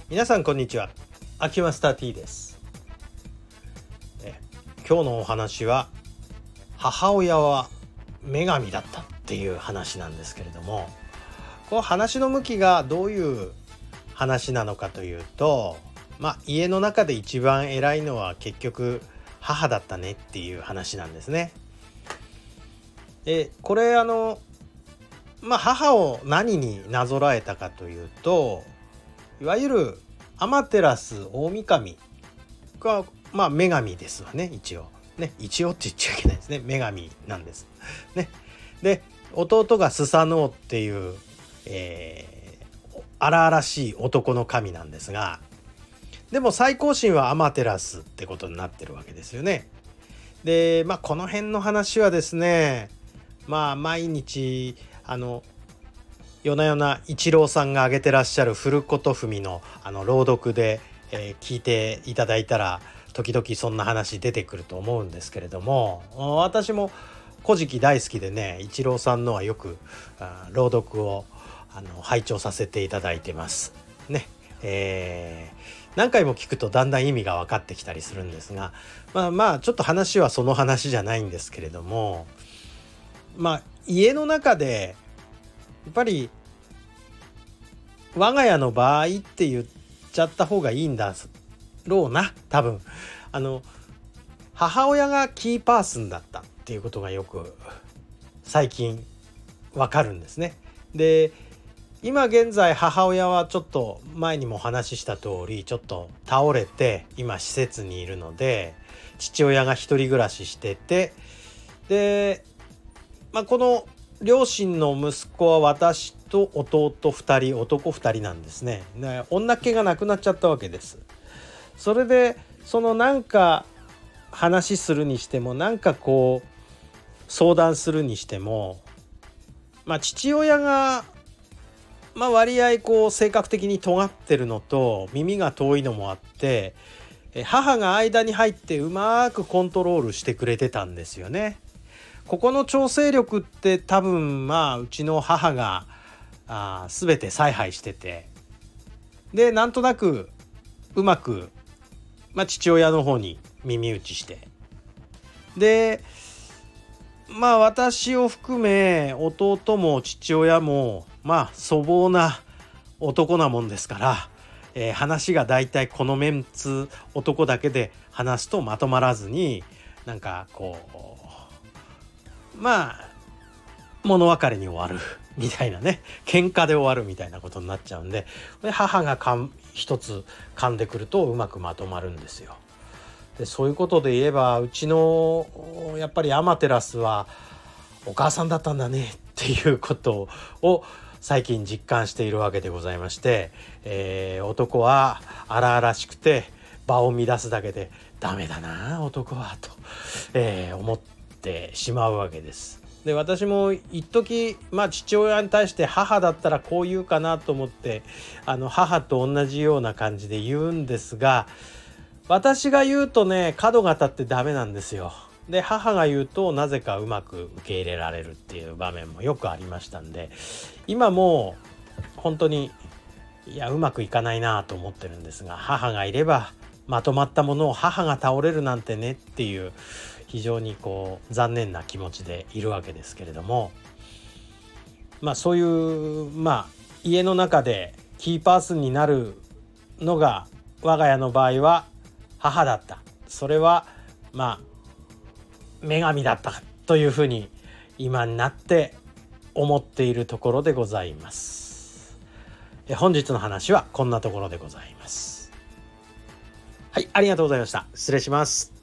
皆さんこんにちは。秋マスター T です。今日のお話は母親は女神だったっていう話なんですけれども、この話の向きがどういう話なのかというと、家の中で一番偉いのは結局母だったねっていう話なんですね。これ母を何になぞらえたかというと、いわゆるアマテラス大神が女神ですわね。一応って言っちゃいけないですね。女神なんですね。で、弟がスサノオっていう、荒々しい男の神なんですが、でも最高神はアマテラスってことになってるわけですよね。で、この辺の話はですね、毎日夜な夜な一郎さんが挙げてらっしゃる古琴文の朗読で、聞いていただいたら時々そんな話出てくると思うんですけれども、私も古事記大好きでね、一郎さんのはよく朗読を拝聴させていただいてますね。何回も聞くとだんだん意味が分かってきたりするんですが、ちょっと話はその話じゃないんですけれども、家の中でやっぱり我が家の場合って言っちゃった方がいいんだろうな、多分母親がキーパーソンだったっていうことがよく最近わかるんですね。で、今現在母親はちょっと前にもお話しした通りちょっと倒れて今施設にいるので、父親が一人暮らししてて、でこの両親の息子は私と弟2人、男2人なんですね。女っ気がなくなっちゃったわけです。それでなんか話するにしても、なんかこう相談するにしても、父親が割合性格的に尖ってるのと耳が遠いのもあって、母が間に入ってうまくコントロールしてくれてたんですよね。ここの調整力って多分うちの母が全て采配してて、でなんとなくうまく、父親の方に耳打ちして、で私を含め弟も父親も粗暴な男なもんですから、話がだいたいこのメンツ男だけで話すとまとまらずに、なんか物別れに終わるみたいなね、喧嘩で終わるみたいなことになっちゃうんで、母が一つ噛んでくるとうまくまとまるんですよ。で、そういうことで言えばうちのやっぱりアマテラスはお母さんだったんだねっていうことを最近実感しているわけでございまして、男は荒々しくて場を乱すだけでダメだな男はと、思ってしまうわけです。で、私も一時父親に対して母だったらこう言うかなと思って母と同じような感じで言うんですが、私が言うとね角が立ってダメなんですよ。で、母が言うとなぜかうまく受け入れられるっていう場面もよくありましたんで、今もう本当にうまくいかないなと思ってるんですが、母がいればまとまったものを母が倒れるなんてねっていう非常に残念な気持ちでいるわけですけれども、そういう家の中でキーパーソンになるのが我が家の場合は母だった。それは女神だったというふうに今になって思っているところでございます。本日の話はこんなところでございます。はい、ありがとうございました。失礼します。